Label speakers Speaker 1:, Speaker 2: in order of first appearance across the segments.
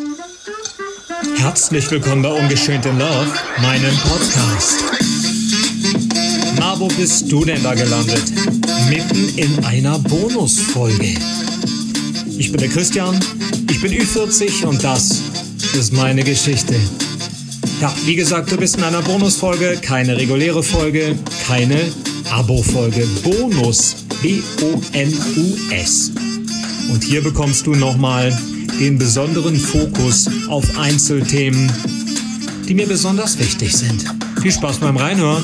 Speaker 1: Herzlich willkommen bei Ungeschönt in Love, meinem Podcast. Na, wo bist du denn da gelandet? Mitten in einer Bonusfolge. Ich bin der Christian, ich bin Ü40 und das ist meine Geschichte. Ja, wie gesagt, du bist in einer Bonusfolge, keine reguläre Folge, keine Abo-Folge. Bonus, B-O-N-U-S. Und hier bekommst du nochmal den besonderen Fokus auf Einzelthemen, die mir besonders wichtig sind. Viel Spaß beim Reinhören.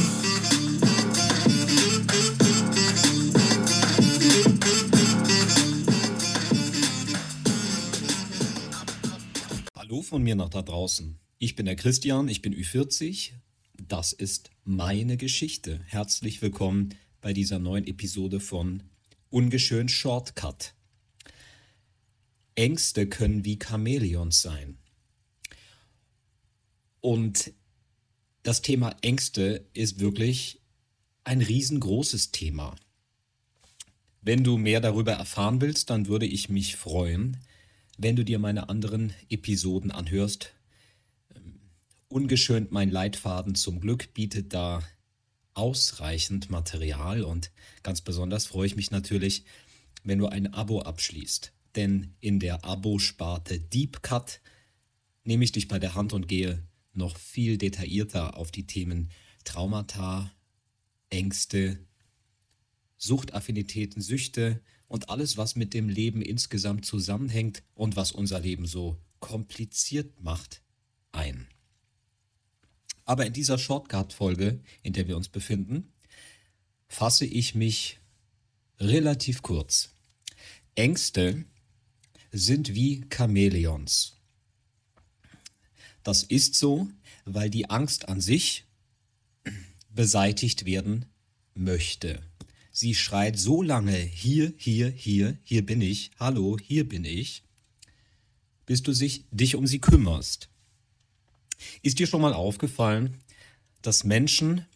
Speaker 1: Hallo von mir nach da draußen. Ich bin der Christian, ich bin Ü40. Das ist meine Geschichte. Herzlich willkommen bei dieser neuen Episode von Ungeschönt Shortcut. Ängste können wie Chamäleons sein. Und das Thema Ängste ist wirklich ein riesengroßes Thema. Wenn du mehr darüber erfahren willst, dann würde ich mich freuen, wenn du dir meine anderen Episoden anhörst. Ungeschönt mein Leitfaden zum Glück bietet da ausreichend Material und ganz besonders freue ich mich natürlich, wenn du ein Abo abschließt. Denn in der Abo-Sparte Deep Cut nehme ich dich bei der Hand und gehe noch viel detaillierter auf die Themen Traumata, Ängste, Suchtaffinitäten, Süchte und alles, was mit dem Leben insgesamt zusammenhängt und was unser Leben so kompliziert macht, ein. Aber in dieser Shortcut-Folge, in der wir uns befinden, fasse ich mich relativ kurz. Ängste sind wie Chamäleons. Das ist so, weil die Angst an sich beseitigt werden möchte. Sie schreit so lange, hier bin ich, hallo, hier bin ich, bis du dich um sie kümmerst. Ist dir schon mal aufgefallen, dass Menschen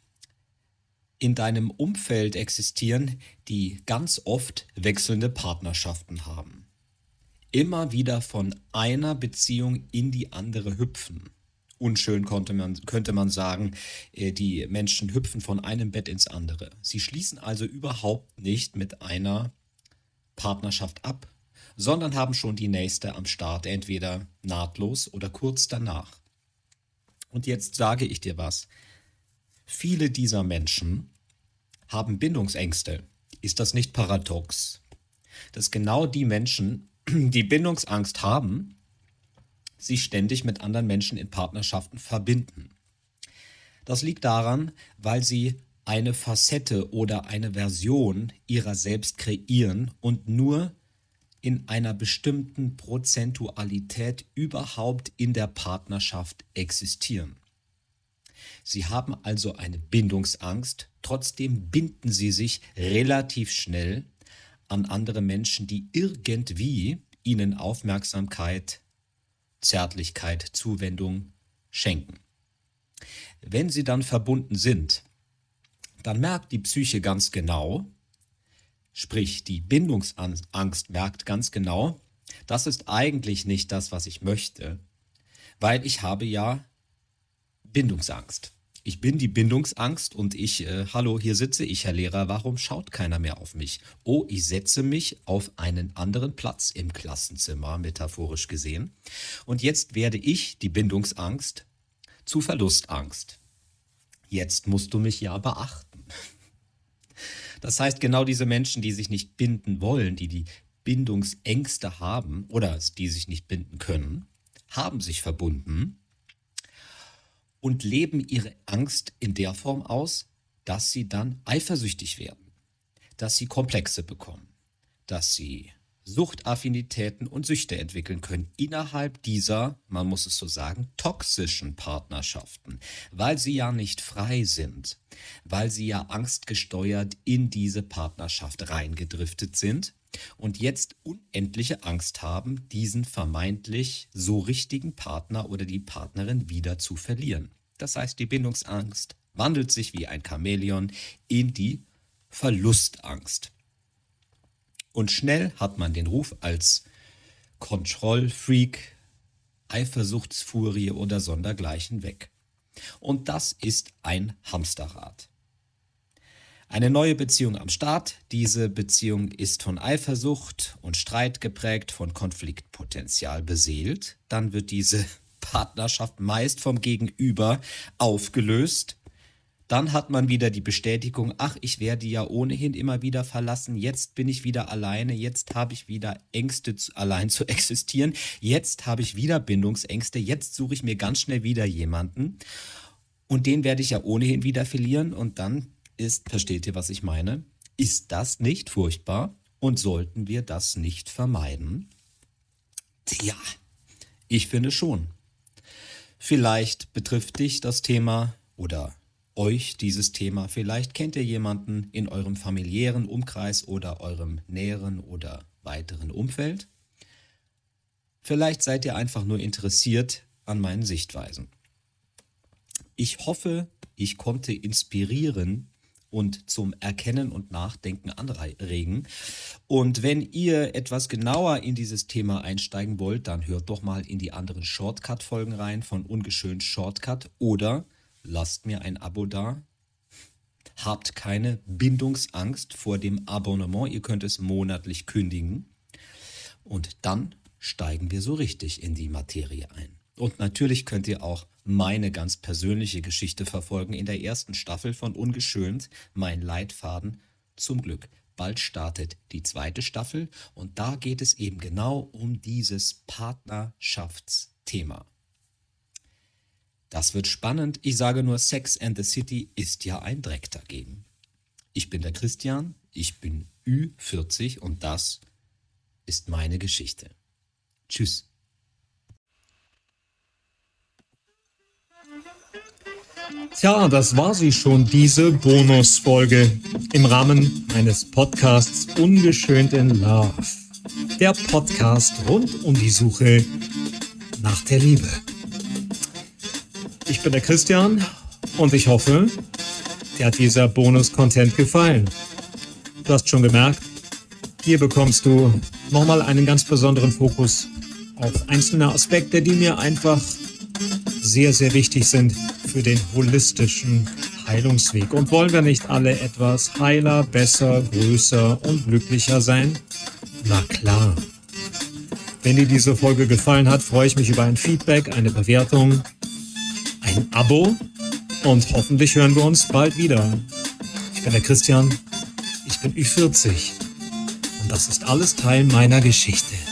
Speaker 1: in deinem Umfeld existieren, die ganz oft wechselnde Partnerschaften haben? Immer wieder von einer Beziehung in die andere hüpfen. Unschön könnte man sagen, die Menschen hüpfen von einem Bett ins andere. Sie schließen also überhaupt nicht mit einer Partnerschaft ab, sondern haben schon die nächste am Start, entweder nahtlos oder kurz danach. Und jetzt sage ich dir was. Viele dieser Menschen haben Bindungsängste. Ist das nicht paradox? Dass genau die Menschen, die Bindungsangst haben, sich ständig mit anderen Menschen in Partnerschaften verbinden. Das liegt daran, weil sie eine Facette oder eine Version ihrer selbst kreieren und nur in einer bestimmten Prozentualität überhaupt in der Partnerschaft existieren. Sie haben also eine Bindungsangst, trotzdem binden sie sich relativ schnell an andere Menschen, die irgendwie ihnen Aufmerksamkeit, Zärtlichkeit, Zuwendung schenken. Wenn sie dann verbunden sind, dann merkt die Psyche ganz genau, sprich die Bindungsangst merkt ganz genau, das ist eigentlich nicht das, was ich möchte, weil ich habe ja Bindungsangst. Ich bin die Bindungsangst und hallo, hier sitze ich, Herr Lehrer, warum schaut keiner mehr auf mich? Oh, ich setze mich auf einen anderen Platz im Klassenzimmer, metaphorisch gesehen. Und jetzt werde ich, die Bindungsangst, zu Verlustangst. Jetzt musst du mich ja beachten. Das heißt, genau diese Menschen, die sich nicht binden wollen, die Bindungsängste haben oder die sich nicht binden können, haben sich verbunden und leben ihre Angst in der Form aus, dass sie dann eifersüchtig werden, dass sie Komplexe bekommen, dass sie Suchtaffinitäten und Süchte entwickeln können innerhalb dieser, man muss es so sagen, toxischen Partnerschaften, weil sie ja nicht frei sind, weil sie ja angstgesteuert in diese Partnerschaft reingedriftet sind und jetzt unendliche Angst haben, diesen vermeintlich so richtigen Partner oder die Partnerin wieder zu verlieren. Das heißt, die Bindungsangst wandelt sich wie ein Chamäleon in die Verlustangst. Und schnell hat man den Ruf als Kontrollfreak, Eifersuchtsfurie oder sondergleichen weg. Und das ist ein Hamsterrad. Eine neue Beziehung am Start. Diese Beziehung ist von Eifersucht und Streit geprägt, von Konfliktpotenzial beseelt. Dann wird diese Partnerschaft meist vom Gegenüber aufgelöst. Dann hat man wieder die Bestätigung, ach, ich werde ja ohnehin immer wieder verlassen, jetzt bin ich wieder alleine, jetzt habe ich wieder Ängste, allein zu existieren, jetzt habe ich wieder Bindungsängste, jetzt suche ich mir ganz schnell wieder jemanden und den werde ich ja ohnehin wieder verlieren und dann versteht ihr, was ich meine? Ist das nicht furchtbar und sollten wir das nicht vermeiden? Tja, ich finde schon. Vielleicht betrifft dich das Thema oder euch dieses Thema. Vielleicht kennt ihr jemanden in eurem familiären Umkreis oder eurem näheren oder weiteren Umfeld. Vielleicht seid ihr einfach nur interessiert an meinen Sichtweisen. Ich hoffe, ich konnte inspirieren und zum Erkennen und Nachdenken anregen. Und wenn ihr etwas genauer in dieses Thema einsteigen wollt, dann hört doch mal in die anderen Shortcut-Folgen rein von Ungeschönt Shortcut oder lasst mir ein Abo da. Habt keine Bindungsangst vor dem Abonnement. Ihr könnt es monatlich kündigen. Und dann steigen wir so richtig in die Materie ein. Und natürlich könnt ihr auch meine ganz persönliche Geschichte verfolgen in der ersten Staffel von Ungeschönt, mein Leitfaden zum Glück. Bald startet die zweite Staffel und da geht es eben genau um dieses Partnerschaftsthema. Das wird spannend. Ich sage nur, Sex and the City ist ja ein Dreck dagegen. Ich bin der Christian, ich bin Ü40 und das ist meine Geschichte. Tschüss.
Speaker 2: Tja, das war sie schon, diese Bonusfolge im Rahmen meines Podcasts Ungeschönt in Love. Der Podcast rund um die Suche nach der Liebe. Ich bin der Christian und ich hoffe, dir hat dieser Bonus-Content gefallen. Du hast schon gemerkt, hier bekommst du nochmal einen ganz besonderen Fokus auf einzelne Aspekte, die mir einfach sehr, sehr wichtig sind für den holistischen Heilungsweg. Und wollen wir nicht alle etwas heiler, besser, größer und glücklicher sein? Na klar. Wenn dir diese Folge gefallen hat, freue ich mich über ein Feedback, eine Bewertung, ein Abo und hoffentlich hören wir uns bald wieder. Ich bin der Christian, ich bin Ü40 und das ist alles Teil meiner Geschichte.